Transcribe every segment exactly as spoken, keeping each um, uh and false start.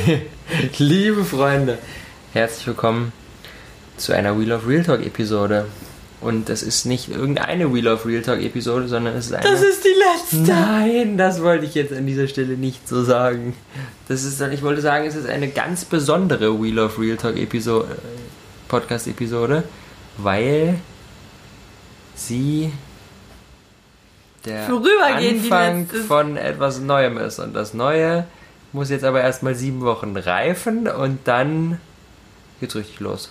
Liebe Freunde, herzlich willkommen zu einer We Love Real Talk Episode. Und das ist nicht irgendeine We Love Real Talk Episode, sondern es ist eine... Das ist die letzte! Nein, das wollte ich jetzt an dieser Stelle nicht so sagen. Das ist, ich wollte sagen, es ist eine ganz besondere We Love Real Talk Episode, Podcast Episode, weil sie der Anfang von etwas Neuem ist. Und das Neue muss jetzt aber erstmal sieben Wochen reifen und dann geht's richtig los.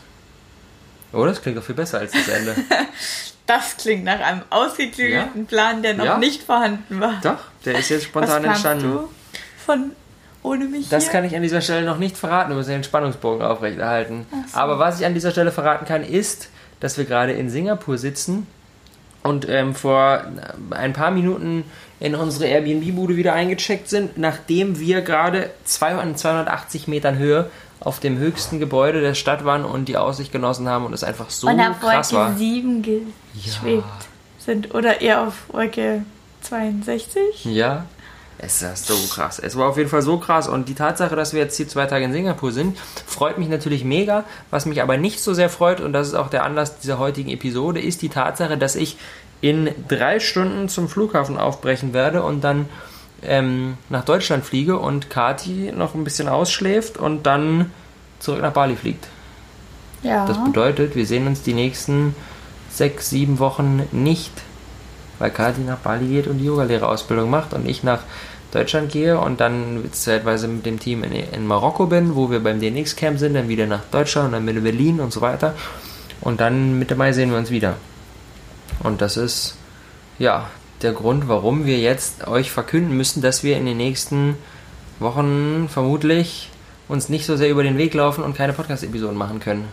Oh, das klingt doch viel besser als das Ende. Das klingt nach einem ausgeklügelten ja? Plan, der noch ja? nicht vorhanden war. Doch, der ist jetzt spontan Was entstanden. Du von ohne mich Das hier? kann ich an dieser Stelle noch nicht verraten, wir müssen den Spannungsbogen aufrechterhalten. So. Aber was ich an dieser Stelle verraten kann, ist, dass wir gerade in Singapur sitzen und ähm, vor ein paar Minuten in unsere Airbnb-Bude wieder eingecheckt sind, nachdem wir gerade an zweihundertachtzig Metern Höhe auf dem höchsten Gebäude der Stadt waren und die Aussicht genossen haben und es einfach so und auf krass war. Und auf Wolke sieben geschwebt ja. sind. Oder eher auf Wolke zweiundsechzig? Ja, es ist so krass. Es war auf jeden Fall so krass und die Tatsache, dass wir jetzt hier zwei Tage in Singapur sind, freut mich natürlich mega. Was mich aber nicht so sehr freut, und das ist auch der Anlass dieser heutigen Episode, ist die Tatsache, dass ich in drei Stunden zum Flughafen aufbrechen werde und dann ähm, nach Deutschland fliege und Kati noch ein bisschen ausschläft und dann zurück nach Bali fliegt. Ja. Das bedeutet, wir sehen uns die nächsten sechs, sieben Wochen nicht, weil Kati nach Bali geht und die Yogalehrerausbildung macht und ich nach Deutschland gehe und dann zeitweise mit dem Team in, in Marokko bin, wo wir beim D N X-Camp sind, dann wieder nach Deutschland und dann wieder Berlin und so weiter. Und dann Mitte Mai sehen wir uns wieder. Und das ist, ja, der Grund, warum wir jetzt euch verkünden müssen, dass wir in den nächsten Wochen vermutlich uns nicht so sehr über den Weg laufen und keine Podcast-Episoden machen können.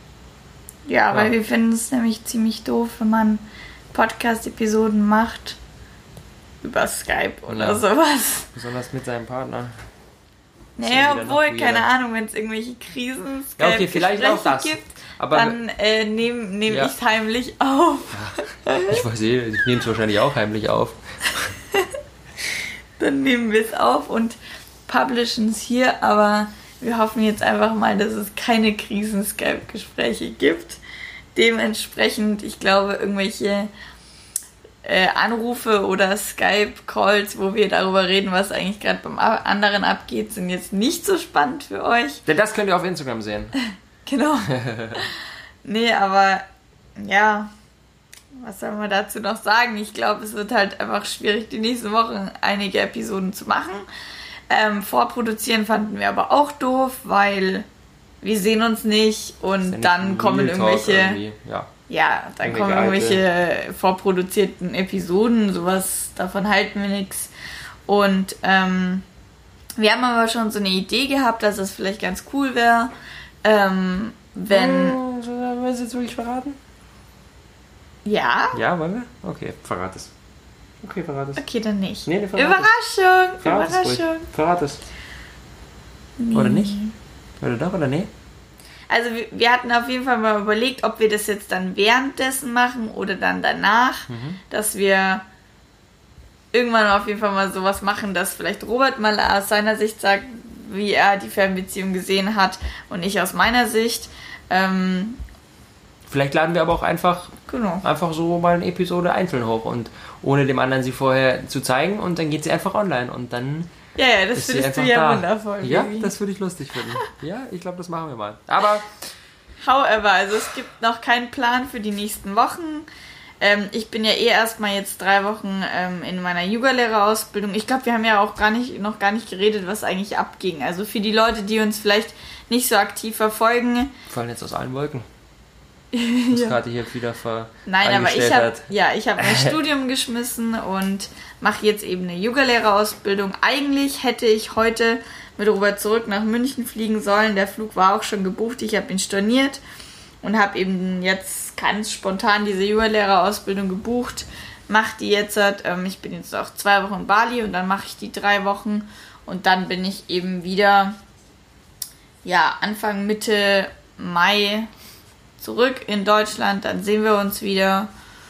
Ja, ja. Weil wir finden es nämlich ziemlich doof, wenn man Podcast-Episoden macht über Skype oder ja. sowas. Besonders mit seinem Partner. Naja, obwohl, keine Ahnung, wenn es irgendwelche Krisen ja, okay, vielleicht auch das. gibt, aber dann äh, nehme nehm ja. ich es heimlich auf. Ja. Ich weiß eh, ich nehme es wahrscheinlich auch heimlich auf. Dann nehmen wir es auf und publishen es hier, aber wir hoffen jetzt einfach mal, dass es keine Krisen-Skype-Gespräche gibt. Dementsprechend, ich glaube, irgendwelche äh, Anrufe oder Skype-Calls, wo wir darüber reden, was eigentlich gerade beim anderen abgeht, sind jetzt nicht so spannend für euch. Denn das könnt ihr auf Instagram sehen. Genau. Nee, aber ja, was soll man dazu noch sagen? Ich glaube, es wird halt einfach schwierig, die nächsten Wochen einige Episoden zu machen. Ähm, vorproduzieren fanden wir aber auch doof, weil wir sehen uns nicht und ja dann nicht kommen irgendwelche ja. ja, dann irgendwelche kommen irgendwelche alte. vorproduzierten Episoden, sowas, davon halten wir nichts. Und ähm, wir haben aber schon so eine Idee gehabt, dass es vielleicht ganz cool wäre, ähm, wenn... Oh, wollen wir es jetzt wirklich verraten? Ja? Ja, wollen wir? Okay, verrat es. Okay, verrat es. Okay, dann nicht. Nee, Überraschung! Es. Verrat Überraschung! Es verrat es. Nee. Oder nicht? Oder doch, oder nee? Also wir, wir hatten auf jeden Fall mal überlegt, ob wir das jetzt dann währenddessen machen oder dann danach, mhm. dass wir irgendwann auf jeden Fall mal sowas machen, dass vielleicht Robert mal aus seiner Sicht sagt, wie er die Fernbeziehung gesehen hat und ich aus meiner Sicht. Ähm, Vielleicht laden wir aber auch einfach, genau. einfach so mal eine Episode einzeln hoch und ohne dem anderen sie vorher zu zeigen und dann geht sie einfach online und dann ja, ja, das findest du ja da. Wundervoll. Ja, Baby. Das würde ich lustig finden. Ja, ich glaube, das machen wir mal. Aber however, also es gibt noch keinen Plan für die nächsten Wochen. Ähm, ich bin ja eh erstmal jetzt drei Wochen ähm, in meiner Yogalehrerausbildung. Ich glaube, wir haben ja auch gar nicht, noch gar nicht geredet, was eigentlich abging. Also für die Leute, die uns vielleicht nicht so aktiv verfolgen. Fallen jetzt aus allen Wolken. Was ja. gerade hier jetzt wieder ver Nein, aber ich habe ja, ich habe mein Studium geschmissen und mache jetzt eben eine Yogalehrerausbildung. Eigentlich hätte ich heute mit Robert zurück nach München fliegen sollen. Der Flug war auch schon gebucht. Ich habe ihn storniert und habe eben jetzt ganz spontan diese Yogalehrerausbildung gebucht. Mache die jetzt. Ähm, ich bin jetzt auch zwei Wochen in Bali und dann mache ich die drei Wochen und dann bin ich eben wieder ja Anfang Mitte Mai zurück in Deutschland, dann sehen wir uns wieder.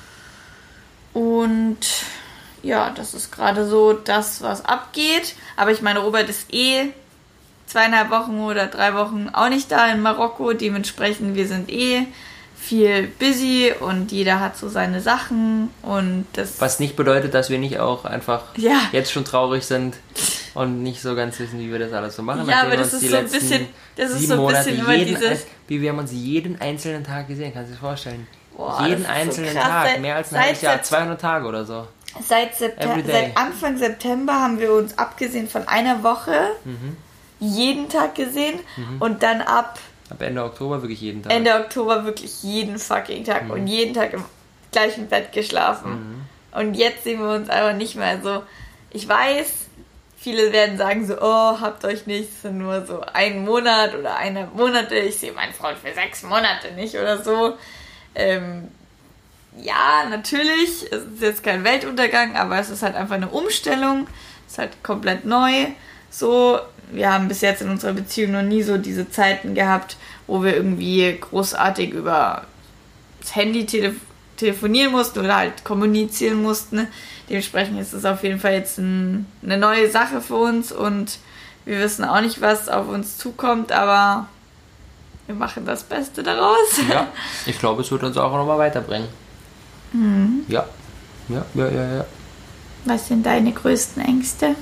Und ja, das ist gerade so das, was abgeht. Aber ich meine, Robert ist eh zweieinhalb Wochen oder drei Wochen auch nicht da in Marokko. Dementsprechend, wir sind eh viel busy und jeder hat so seine Sachen und das... Was nicht bedeutet, dass wir nicht auch einfach ja. jetzt schon traurig sind und nicht so ganz wissen, wie wir das alles so machen. Ja, aber das ist so ein bisschen, das ist so ein bisschen immer dieses... Wie wir haben uns jeden einzelnen Tag gesehen, kannst du dir das vorstellen? Boah, jeden einzelnen so Tag, seit, mehr als ein halbes Jahr, zweihundert Tage oder so. Seit, Septem- seit Anfang September haben wir uns abgesehen von einer Woche mhm. jeden Tag gesehen mhm. und dann ab... Ab Ende Oktober wirklich jeden Tag. Ende Oktober wirklich jeden fucking Tag mhm. und jeden Tag im gleichen Bett geschlafen. Mhm. Und jetzt sehen wir uns einfach nicht mehr so. Ich weiß, viele werden sagen so, oh, habt euch nicht, es sind nur so ein Monat oder eineinhalb Monate. Ich sehe meinen Freund für sechs Monate nicht oder so. Ähm, ja, natürlich, es ist jetzt kein Weltuntergang, aber es ist halt einfach eine Umstellung. Es ist halt komplett neu. So, wir haben bis jetzt in unserer Beziehung noch nie so diese Zeiten gehabt, wo wir irgendwie großartig über das Handy tele- telefonieren mussten oder halt kommunizieren mussten. Dementsprechend ist es auf jeden Fall jetzt ein, eine neue Sache für uns und wir wissen auch nicht, was auf uns zukommt, aber wir machen das Beste daraus. Ja, ich glaube, es wird uns auch nochmal weiterbringen. Mhm. Ja. Ja, ja, ja, ja. Was sind deine größten Ängste?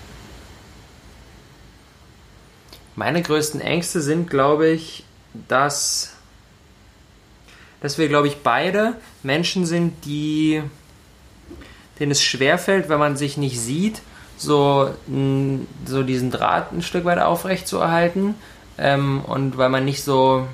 Meine größten Ängste sind, glaube ich, dass, dass wir, glaube ich, beide Menschen sind, die, denen es schwerfällt, wenn man sich nicht sieht, so, so diesen Draht ein Stück weit aufrecht zu erhalten. Ähm, und weil man nicht so...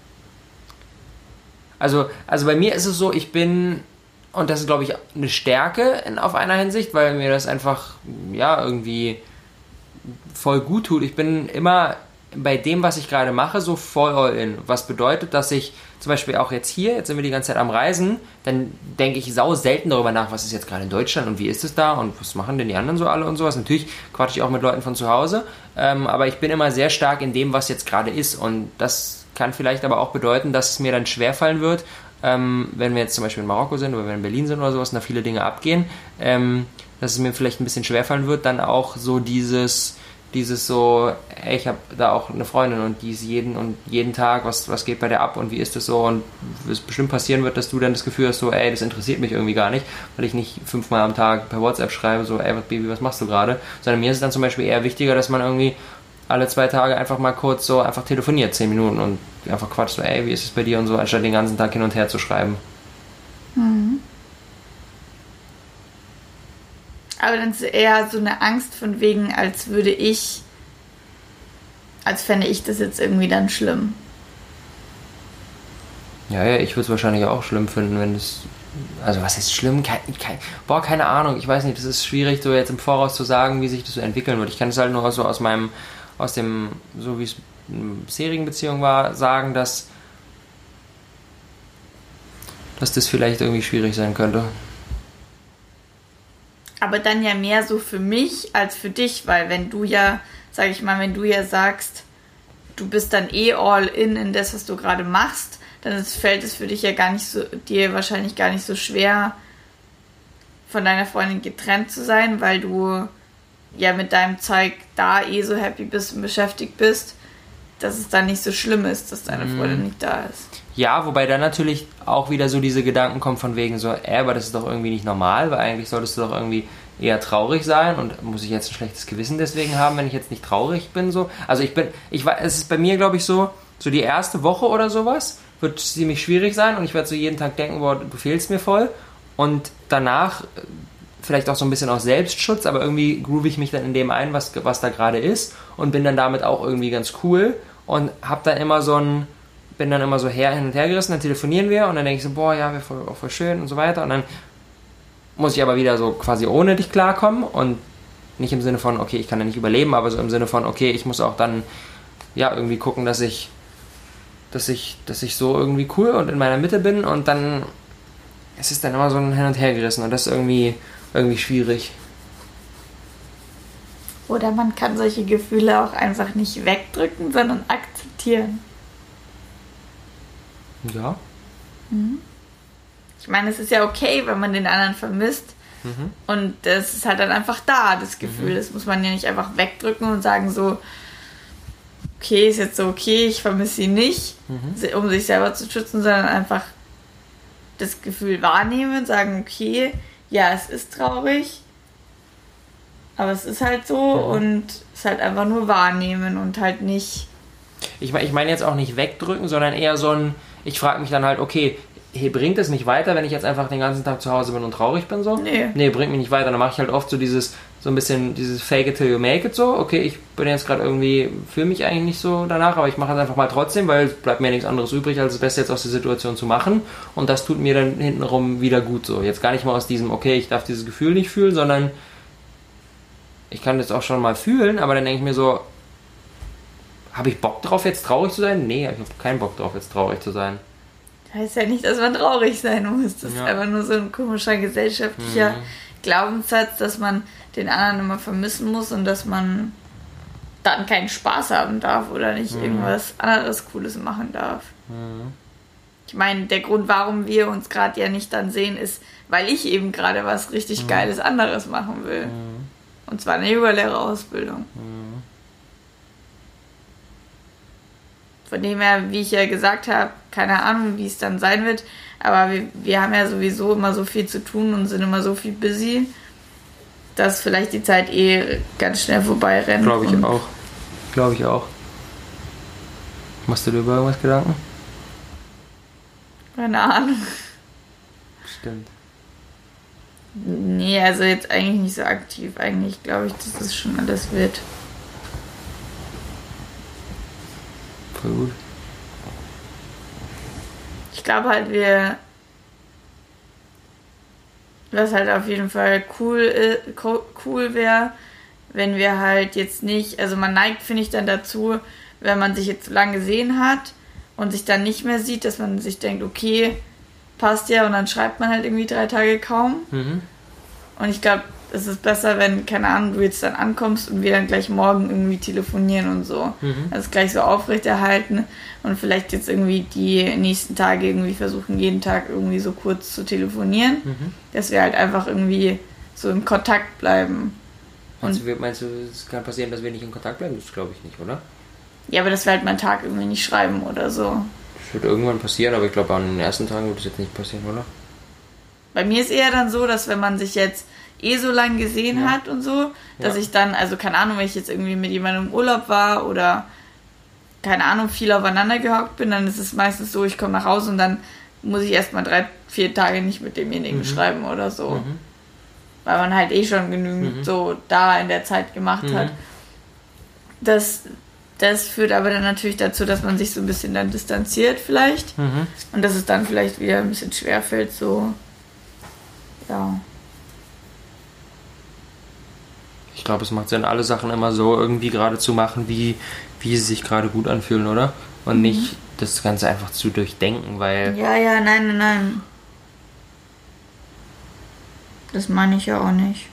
Also, also bei mir ist es so, ich bin... Und das ist, glaube ich, eine Stärke in, auf einer Hinsicht, weil mir das einfach, ja, irgendwie... voll gut tut. Ich bin immer bei dem, was ich gerade mache, so voll all in. Was bedeutet, dass ich zum Beispiel auch jetzt hier, jetzt sind wir die ganze Zeit am Reisen, dann denke ich sau selten darüber nach, was ist jetzt gerade in Deutschland und wie ist es da und was machen denn die anderen so alle und sowas. Natürlich quatsche ich auch mit Leuten von zu Hause, ähm, aber ich bin immer sehr stark in dem, was jetzt gerade ist und das kann vielleicht aber auch bedeuten, dass es mir dann schwerfallen wird, ähm, wenn wir jetzt zum Beispiel in Marokko sind oder wenn wir in Berlin sind oder sowas und da viele Dinge abgehen, ähm, dass es mir vielleicht ein bisschen schwerfallen wird, dann auch so dieses, dieses so, ey, ich habe da auch eine Freundin und die ist jeden und jeden Tag, was, was geht bei der ab und wie ist das so und es bestimmt passieren wird, dass du dann das Gefühl hast, so, ey, das interessiert mich irgendwie gar nicht, weil ich nicht fünfmal am Tag per WhatsApp schreibe, so, ey, Baby, was machst du gerade? Sondern mir ist es dann zum Beispiel eher wichtiger, dass man irgendwie alle zwei Tage einfach mal kurz so einfach telefoniert, zehn Minuten und einfach quatscht, so, ey, wie ist es bei dir und so, anstatt den ganzen Tag hin und her zu schreiben. Mhm. Aber dann ist eher so eine Angst von wegen, als würde ich, als fände ich das jetzt irgendwie dann schlimm. Ja, ja, ich würde es wahrscheinlich auch schlimm finden, wenn es, also was ist schlimm? Kein, kein, boah, keine Ahnung, ich weiß nicht, das ist schwierig, so jetzt im Voraus zu sagen, wie sich das so entwickeln wird. Ich kann es halt nur so aus meinem, aus dem, so wie es in einer bisherigen Beziehung war, sagen, dass, dass das vielleicht irgendwie schwierig sein könnte. Aber dann ja mehr so für mich als für dich, weil wenn du ja, sag ich mal, wenn du ja sagst, du bist dann eh all in in das, was du gerade machst, dann ist, fällt es für dich ja gar nicht so, dir wahrscheinlich gar nicht so schwer, von deiner Freundin getrennt zu sein, weil du ja mit deinem Zeug da eh so happy bist und beschäftigt bist, dass es dann nicht so schlimm ist, dass deine Freundin nicht da ist. Ja, wobei dann natürlich auch wieder so diese Gedanken kommen von wegen so, äh, aber das ist doch irgendwie nicht normal, weil eigentlich solltest du doch irgendwie eher traurig sein und muss ich jetzt ein schlechtes Gewissen deswegen haben, wenn ich jetzt nicht traurig bin, so. Also ich bin, ich weiß, es ist bei mir, glaube ich, so, so die erste Woche oder sowas wird ziemlich schwierig sein und ich werde so jeden Tag denken, boah, du fehlst mir voll und danach vielleicht auch so ein bisschen aus Selbstschutz, aber irgendwie groove ich mich dann in dem ein, was, was da gerade ist und bin dann damit auch irgendwie ganz cool und hab dann immer so ein, bin dann immer so her, hin und her gerissen, dann telefonieren wir und dann denke ich so, boah, ja, wäre voll, auch voll schön und so weiter und dann muss ich aber wieder so quasi ohne dich klarkommen und nicht im Sinne von, okay, ich kann ja nicht überleben, aber so im Sinne von, okay, ich muss auch dann ja irgendwie gucken, dass ich dass ich, dass ich so irgendwie cool und in meiner Mitte bin und dann es ist dann immer so ein Hin und Her gerissen und das ist irgendwie, irgendwie schwierig. Oder man kann solche Gefühle auch einfach nicht wegdrücken, sondern akzeptieren. Ja. Mhm. Ich meine, es ist ja okay, wenn man den anderen vermisst. Mhm. Und das ist halt dann einfach da, das Gefühl. Mhm. Das muss man ja nicht einfach wegdrücken und sagen so, okay, ist jetzt so okay, ich vermisse sie nicht, mhm. um sich selber zu schützen, sondern einfach das Gefühl wahrnehmen, sagen, okay, ja, es ist traurig, aber es ist halt so mhm. und es halt einfach nur wahrnehmen und halt nicht... Ich meine ich mein jetzt auch nicht wegdrücken, sondern eher so ein, ich frage mich dann halt, okay, hey, bringt es mich weiter, wenn ich jetzt einfach den ganzen Tag zu Hause bin und traurig bin so? Nee. Nee, bringt mich nicht weiter. Dann mache ich halt oft so dieses, so ein bisschen dieses Fake it till you make it so. Okay, ich bin jetzt gerade irgendwie, fühle mich eigentlich nicht so danach, aber ich mache es einfach mal trotzdem, weil es bleibt mir nichts anderes übrig, als das Beste jetzt aus der Situation zu machen. Und das tut mir dann hintenrum wieder gut so. Jetzt gar nicht mal aus diesem, okay, ich darf dieses Gefühl nicht fühlen, sondern ich kann das auch schon mal fühlen, aber dann denke ich mir so, habe ich Bock drauf, jetzt traurig zu sein? Nee, ich habe keinen Bock drauf, jetzt traurig zu sein. Heißt ja nicht, dass man traurig sein muss. Das ja. ist einfach nur so ein komischer gesellschaftlicher mhm. Glaubenssatz, dass man den anderen immer vermissen muss und dass man dann keinen Spaß haben darf oder nicht mhm. irgendwas anderes Cooles machen darf. Mhm. Ich meine, der Grund, warum wir uns gerade ja nicht dann sehen, ist, weil ich eben gerade was richtig mhm. Geiles anderes machen will. Mhm. Und zwar eine Yoga-Lehrerausbildung. Mhm. Von dem her, wie ich ja gesagt habe, keine Ahnung, wie es dann sein wird, aber wir, wir haben ja sowieso immer so viel zu tun und sind immer so viel busy, dass vielleicht die Zeit eh ganz schnell vorbei rennt. Glaube ich auch. Glaube ich auch. Machst du dir über irgendwas Gedanken? Keine Ahnung. Stimmt. Nee, also jetzt eigentlich nicht so aktiv. Eigentlich glaube ich, dass das schon alles wird. Voll gut. Ich glaube halt, wir... Was halt auf jeden Fall cool, cool wäre, wenn wir halt jetzt nicht... Also man neigt, finde ich, dann dazu, wenn man sich jetzt lange gesehen hat und sich dann nicht mehr sieht, dass man sich denkt, okay, passt ja, und dann schreibt man halt irgendwie drei Tage kaum. Mhm. Und ich glaube, es ist besser, wenn, keine Ahnung, du jetzt dann ankommst und wir dann gleich morgen irgendwie telefonieren und so. Mhm. Also gleich so aufrechterhalten und vielleicht jetzt irgendwie die nächsten Tage irgendwie versuchen, jeden Tag irgendwie so kurz zu telefonieren, mhm. dass wir halt einfach irgendwie so im Kontakt bleiben. Und meinst du, meinst du, es kann passieren, dass wir nicht in Kontakt bleiben? Das glaube ich nicht, oder? Ja, aber dass wir halt mal einen Tag irgendwie nicht schreiben oder so. Das wird irgendwann passieren, aber ich glaube, an den ersten Tagen wird das jetzt nicht passieren, oder? Bei mir ist eher dann so, dass wenn man sich jetzt eh so lange gesehen ja. hat und so, dass ja. ich dann, also keine Ahnung, wenn ich jetzt irgendwie mit jemandem im Urlaub war oder keine Ahnung, viel aufeinander gehockt bin, dann ist es meistens so, ich komme nach Hause und dann muss ich erstmal drei, vier Tage nicht mit demjenigen mhm. schreiben oder so. Mhm. Weil man halt eh schon genügend mhm. so da in der Zeit gemacht mhm. hat. Das, das führt aber dann natürlich dazu, dass man sich so ein bisschen dann distanziert vielleicht mhm. und dass es dann vielleicht wieder ein bisschen schwerfällt, so ja. Ich glaube, es macht Sinn, alle Sachen immer so irgendwie gerade zu machen, wie, wie sie sich gerade gut anfühlen, oder? Und mhm. nicht das Ganze einfach zu durchdenken, weil... Ja, ja, nein, nein, nein. Das meine ich ja auch nicht.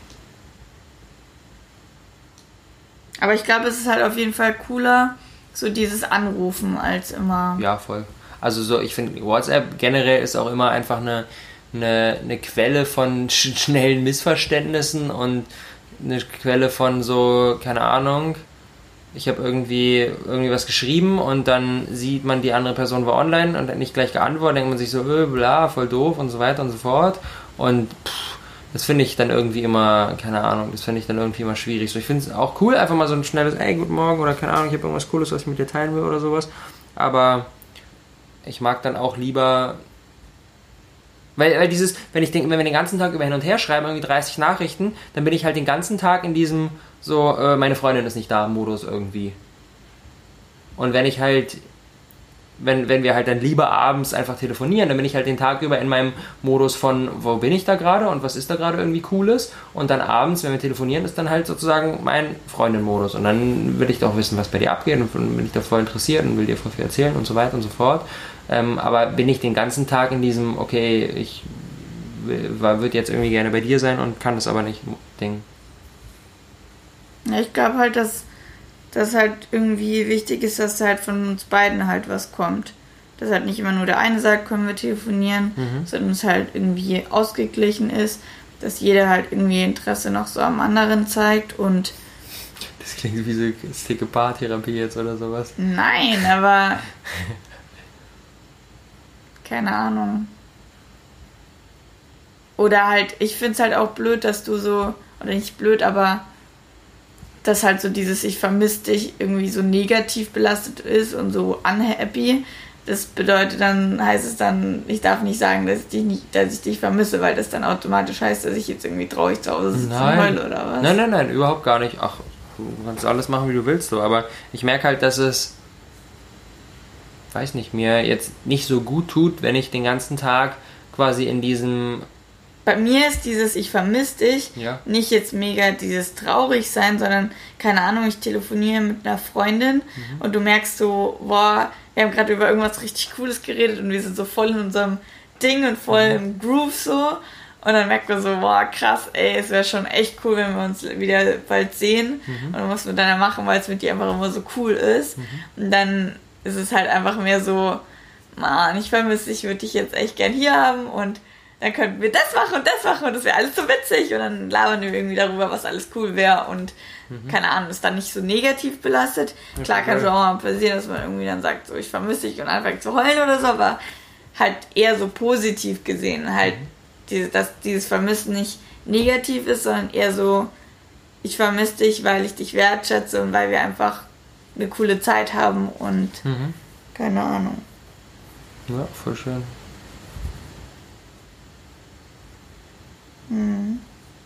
Aber ich glaube, es ist halt auf jeden Fall cooler, so dieses Anrufen als immer... Ja, voll. Also so, ich finde, WhatsApp generell ist auch immer einfach eine, eine, eine Quelle von sch- schnellen Missverständnissen und eine Quelle von so, keine Ahnung, ich habe irgendwie irgendwie was geschrieben und dann sieht man, die andere Person war online und hat nicht gleich geantwortet, denkt man sich so, öh, bla, voll doof und so weiter und so fort. Und pff, das finde ich dann irgendwie immer, keine Ahnung, das finde ich dann irgendwie immer schwierig. So, ich finde es auch cool, einfach mal so ein schnelles, ey, guten Morgen oder keine Ahnung, ich habe irgendwas Cooles, was ich mit dir teilen will oder sowas. Aber ich mag dann auch lieber... Weil, weil dieses, wenn ich denke, wenn wir den ganzen Tag über hin und her schreiben, irgendwie dreißig Nachrichten, dann bin ich halt den ganzen Tag in diesem so, äh, meine Freundin ist nicht da, Modus irgendwie. Und wenn ich halt, wenn, wenn wir halt dann lieber abends einfach telefonieren, dann bin ich halt den Tag über in meinem Modus von, wo bin ich da gerade und was ist da gerade irgendwie Cooles. Und dann abends, wenn wir telefonieren, ist dann halt sozusagen mein Freundin-Modus. Und dann will ich doch wissen, was bei dir abgeht und bin ich da voll interessiert und will dir voll viel erzählen und so weiter und so fort. Ähm, aber bin ich den ganzen Tag in diesem, okay, ich würde jetzt irgendwie gerne bei dir sein und kann das aber nicht, Ding. Ja, ich glaube halt, dass das halt irgendwie wichtig ist, dass halt von uns beiden halt was kommt. Dass halt nicht immer nur der eine sagt, können wir telefonieren, mhm. sondern es halt irgendwie ausgeglichen ist, dass jeder halt irgendwie Interesse noch so am anderen zeigt und Das klingt wie so dicke Paartherapie jetzt oder sowas. Nein, aber keine Ahnung. Oder halt, ich find's halt auch blöd, dass du so, oder nicht blöd, aber dass halt so dieses ich vermisse dich irgendwie so negativ belastet ist und so unhappy. Das bedeutet dann, heißt es dann, ich darf nicht sagen, dass ich dich nicht, dass ich dich vermisse, weil das dann automatisch heißt, dass ich jetzt irgendwie traurig zu Hause sitze und heule oder was? Nein, nein, nein, überhaupt gar nicht. Ach, du kannst alles machen, wie du willst, so. Aber ich merke halt, dass es, weiß nicht, mir jetzt nicht so gut tut, wenn ich den ganzen Tag quasi in diesem... Bei mir ist dieses ich vermisse dich ja. nicht jetzt mega dieses traurig sein, sondern, keine Ahnung, ich telefoniere mit einer Freundin mhm. und du merkst so, boah, wir haben gerade über irgendwas richtig Cooles geredet und wir sind so voll in unserem Ding und voll mhm. im Groove so. Und dann merkt man so, boah, krass, ey, es wäre schon echt cool, wenn wir uns wieder bald sehen. Mhm. Und dann muss man dann ja machen, weil es mit dir einfach immer so cool ist. Mhm. Und dann ist es halt einfach mehr so, man, ich vermisse dich, würde dich jetzt echt gern hier haben und dann könnten wir das machen und das machen und das wäre alles so witzig und dann labern wir irgendwie darüber, was alles cool wäre und mhm. keine Ahnung, ist dann nicht so negativ belastet. Ja, klar kann es auch mal passieren, dass man irgendwie dann sagt, so ich vermisse dich und anfängt zu heulen oder so, aber halt eher so positiv gesehen, halt, mhm. diese, dass dieses Vermissen nicht negativ ist, sondern eher so, ich vermisse dich, weil ich dich wertschätze und weil wir einfach eine coole Zeit haben und mhm. keine Ahnung. Ja, voll schön. Hm.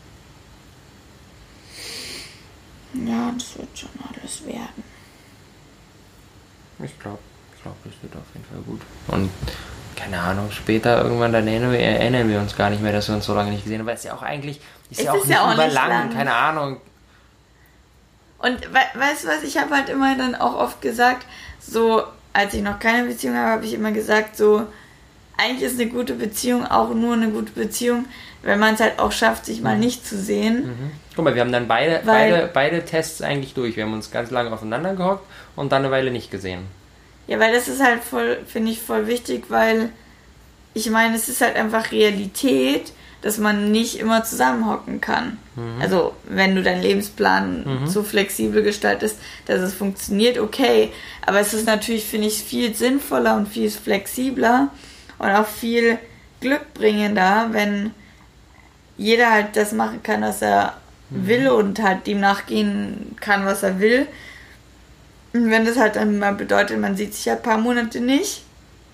Ja, das wird schon alles werden. Ich glaube, ich glaube, das wird auf jeden Fall gut. Und keine Ahnung, später irgendwann dann erinnern wir, erinnern wir uns gar nicht mehr, dass wir uns so lange nicht gesehen haben, weil es ja auch eigentlich ist es ja auch ist nicht ja auch überlang, lang. Keine Ahnung. Und we- weißt du was, ich habe halt immer dann auch oft gesagt, so als ich noch keine Beziehung habe, habe ich immer gesagt, so eigentlich ist eine gute Beziehung auch nur eine gute Beziehung, wenn man es halt auch schafft, sich mal nicht zu sehen. Mhm. Guck mal, wir haben dann beide, beide, beide Tests eigentlich durch. Wir haben uns ganz lange aufeinander gehockt und dann eine Weile nicht gesehen. Ja, weil das ist halt voll, finde ich, voll wichtig, weil ich meine, es ist halt einfach Realität, dass man nicht immer zusammenhocken kann. Mhm. Also, wenn du deinen Lebensplan mhm. so flexibel gestaltest, dass es funktioniert, okay. Aber es ist natürlich, finde ich, viel sinnvoller und viel flexibler und auch viel glückbringender, wenn jeder halt das machen kann, was er mhm. will und halt dem nachgehen kann, was er will. Und wenn das halt dann mal bedeutet, man sieht sich ja ein paar Monate nicht,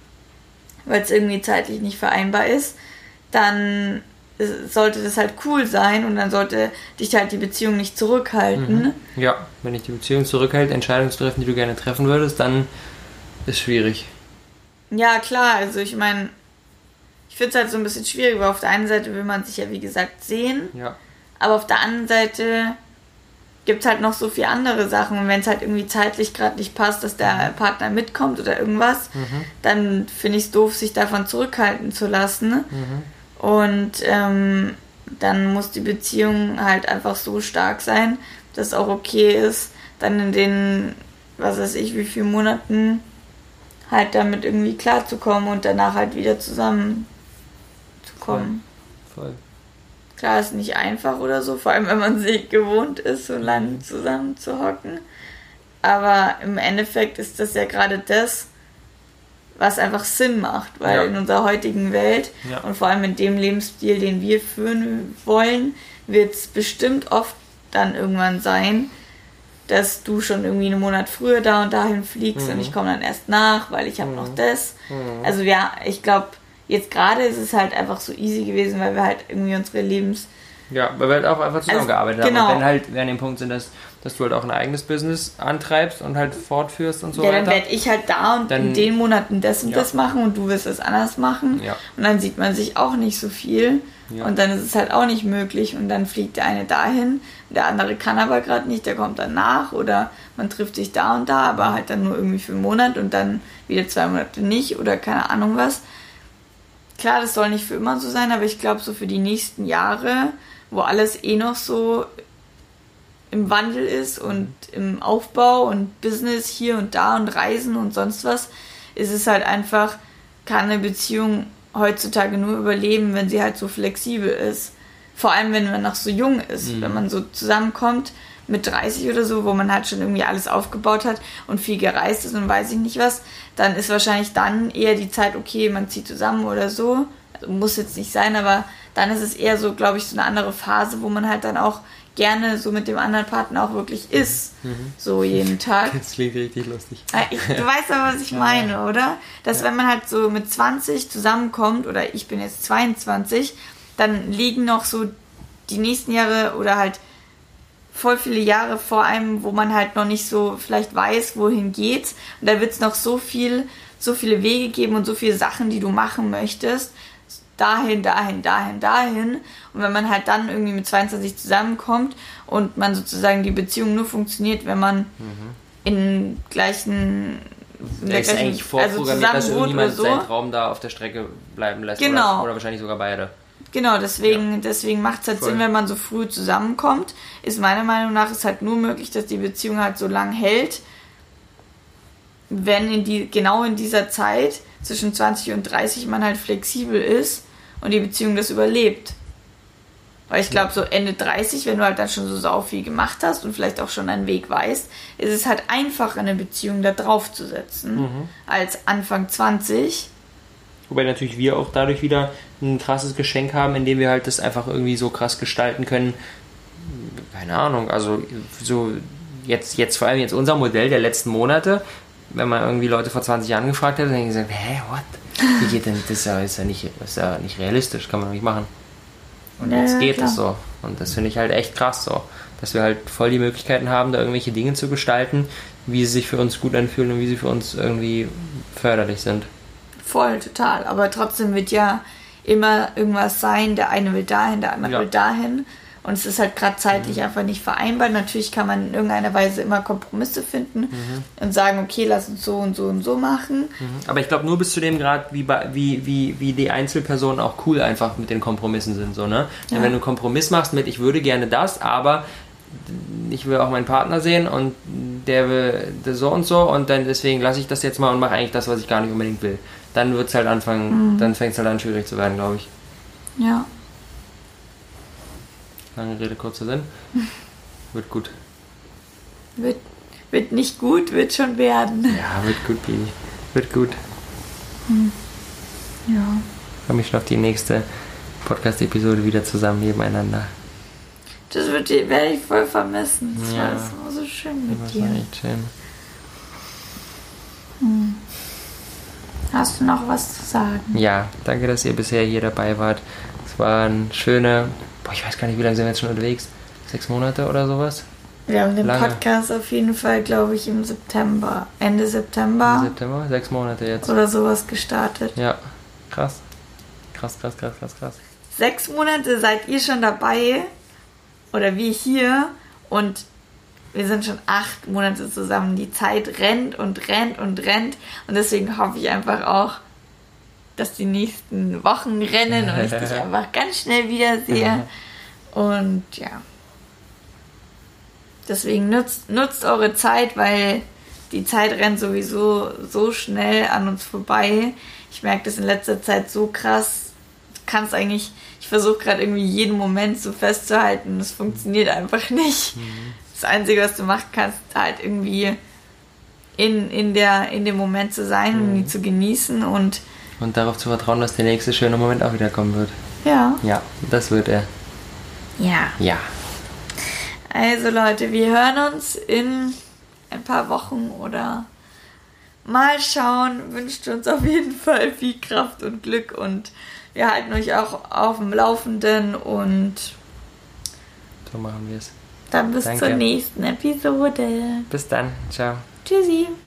weil es irgendwie zeitlich nicht vereinbar ist, dann sollte das halt cool sein und dann sollte dich halt die Beziehung nicht zurückhalten. Mhm. Ja, wenn dich die Beziehung zurückhält, Entscheidungen zu treffen, die du gerne treffen würdest, dann ist schwierig. Ja, klar, also ich meine, ich finde es halt so ein bisschen schwierig, weil auf der einen Seite will man sich ja wie gesagt sehen, ja. aber auf der anderen Seite gibt es halt noch so viele andere Sachen und wenn es halt irgendwie zeitlich gerade nicht passt, dass der Partner mitkommt oder irgendwas, mhm. dann finde ich es doof, sich davon zurückhalten zu lassen. Mhm. Und ähm, dann muss die Beziehung halt einfach so stark sein, dass es auch okay ist, dann in den, was weiß ich, wie vielen Monaten halt damit irgendwie klarzukommen und danach halt wieder zusammen zu kommen. Voll. Voll. Klar, ist nicht einfach oder so, vor allem wenn man sich gewohnt ist, so lange zusammen zu hocken. Aber im Endeffekt ist das ja gerade das, was einfach Sinn macht, weil ja. in unserer heutigen Welt ja. und vor allem in dem Lebensstil, den wir führen wollen, wird es bestimmt oft dann irgendwann sein, dass du schon irgendwie einen Monat früher da und dahin fliegst mhm. und ich komme dann erst nach, weil ich habe mhm. noch das. Mhm. Also ja, ich glaube, jetzt gerade ist es halt einfach so easy gewesen, weil wir halt irgendwie unsere Lebens... Ja, weil wir halt auch einfach zusammengearbeitet also, genau. haben. Und wenn halt wir an dem Punkt sind, dass, dass du halt auch ein eigenes Business antreibst und halt fortführst und so ja, weiter. Ja, dann werde ich halt da und dann, in den Monaten das und ja. das machen und du wirst es anders machen. Ja. Und dann sieht man sich auch nicht so viel. Ja. Und dann ist es halt auch nicht möglich. Und dann fliegt der eine dahin, der andere kann aber gerade nicht, der kommt dann nach. Oder man trifft sich da und da, aber halt dann nur irgendwie für einen Monat und dann wieder zwei Monate nicht oder keine Ahnung was. Klar, das soll nicht für immer so sein, aber ich glaube so für die nächsten Jahre, wo alles eh noch so im Wandel ist und im Aufbau und Business hier und da und Reisen und sonst was, ist es halt einfach, kann eine Beziehung heutzutage nur überleben, wenn sie halt so flexibel ist. Vor allem, wenn man noch so jung ist. Mhm. Wenn man so zusammenkommt, mit dreißig oder so, wo man halt schon irgendwie alles aufgebaut hat und viel gereist ist und weiß ich nicht was, dann ist wahrscheinlich dann eher die Zeit, okay, man zieht zusammen oder so. Also muss jetzt nicht sein, aber dann ist es eher so, glaube ich, so eine andere Phase, wo man halt dann auch gerne so mit dem anderen Partner auch wirklich ist. Mhm. So jeden Tag. Das klingt richtig lustig. Ich, du weißt aber, was ich meine, oder? Dass ja. wenn man halt so mit zwanzig zusammenkommt, oder ich bin jetzt zweiundzwanzig, dann liegen noch so die nächsten Jahre oder halt voll viele Jahre vor einem, wo man halt noch nicht so vielleicht weiß, wohin geht's. Und da wird es noch so viel, so viele Wege geben und so viele Sachen, die du machen möchtest. Dahin, dahin, dahin, dahin. Und wenn man halt dann irgendwie mit zweiundzwanzig zusammenkommt und man sozusagen die Beziehung nur funktioniert, wenn man mhm. in gleichen... In der ist gleichen, eigentlich vorprogrammiert, also dass irgendjemand so. seinen Traum da auf der Strecke bleiben lässt. Genau. Oder, oder wahrscheinlich sogar beide. Genau, deswegen, ja. deswegen macht es halt Voll. Sinn, wenn man so früh zusammenkommt. Ist meiner Meinung nach ist halt nur möglich, dass die Beziehung halt so lang hält, wenn in die, genau in dieser Zeit zwischen zwanzig und dreißig man halt flexibel ist und die Beziehung das überlebt. Weil ich glaube, so Ende dreißig, wenn du halt dann schon so sau viel gemacht hast und vielleicht auch schon einen Weg weißt, ist es halt einfacher, eine Beziehung da drauf zu setzen, mhm. als Anfang zwanzig. Wobei natürlich wir auch dadurch wieder ein krasses Geschenk haben, indem wir halt das einfach irgendwie so krass gestalten können. Keine Ahnung, also so jetzt, jetzt vor allem jetzt unser Modell der letzten Monate, wenn man irgendwie Leute vor zwanzig Jahren gefragt hätte, dann hätten die gesagt, hä, what? Wie geht denn das? Ist ja, ist ja, nicht, ist ja nicht realistisch, kann man doch nicht machen. Und ja, jetzt geht klar. es so. Und das finde ich halt echt krass so. Dass wir halt voll die Möglichkeiten haben, da irgendwelche Dinge zu gestalten, wie sie sich für uns gut anfühlen und wie sie für uns irgendwie förderlich sind. Voll, total. Aber trotzdem wird ja immer irgendwas sein. Der eine will dahin, der andere ja. will dahin. Und es ist halt gerade zeitlich mhm. einfach nicht vereinbar. Natürlich kann man in irgendeiner Weise immer Kompromisse finden mhm. und sagen, okay, lass uns so und so und so machen. Mhm. Aber ich glaube nur bis zu dem Grad, wie, wie, wie, wie die Einzelpersonen auch cool einfach mit den Kompromissen sind. So, ne? Ja. Wenn du einen Kompromiss machst mit, ich würde gerne das, aber ich will auch meinen Partner sehen und der will das so und so und dann deswegen lasse ich das jetzt mal und mache eigentlich das, was ich gar nicht unbedingt will. Dann wird es halt anfangen, mhm. dann fängt es halt an schwierig zu werden, glaube ich. Ja. Lange Rede, kurzer Sinn. Wird gut. Wird, wird nicht gut, wird schon werden. Ja, wird gut, Baby. Wird gut. Hm. Ja. Ich freue mich schon auf die nächste Podcast-Episode wieder zusammen nebeneinander. Das wird, werde ich voll vermissen. Das ja. war das immer so schön mit das dir. Das war echt schön. Hm. Hast du noch was zu sagen? Ja, danke, dass ihr bisher hier dabei wart. Es waren schöne... Boah, ich weiß gar nicht, wie lange sind wir jetzt schon unterwegs? Sechs Monate oder sowas? Wir haben den Lange. Podcast auf jeden Fall, glaube ich, im September. Ende September. Ende September? Sechs Monate jetzt. Oder sowas gestartet. Ja, krass. Krass, krass, krass, krass, krass. Sechs Monate seid ihr schon dabei. Oder wir hier. Und wir sind schon acht Monate zusammen. Die Zeit rennt und rennt und rennt. Und deswegen hoffe ich einfach auch, dass die nächsten Wochen rennen und ich dich einfach ganz schnell wiedersehe. Und ja. Deswegen nutzt, nutzt eure Zeit, weil die Zeit rennt sowieso so schnell an uns vorbei. Ich merke das in letzter Zeit so krass. Du kannst eigentlich, ich versuche gerade irgendwie jeden Moment so festzuhalten. Das funktioniert einfach nicht. Mhm. Das Einzige, was du machen kannst, ist halt irgendwie in, in, der, in dem Moment zu sein mhm. und ihn zu genießen und Und darauf zu vertrauen, dass der nächste schöne Moment auch wieder kommen wird. Ja. Ja, das wird er. Ja. Ja. Also Leute, wir hören uns in ein paar Wochen oder mal schauen. Wünscht uns auf jeden Fall viel Kraft und Glück und wir halten euch auch auf dem Laufenden und so machen wir es. Dann bis Danke. zur nächsten Episode. Bis dann. Ciao. Tschüssi.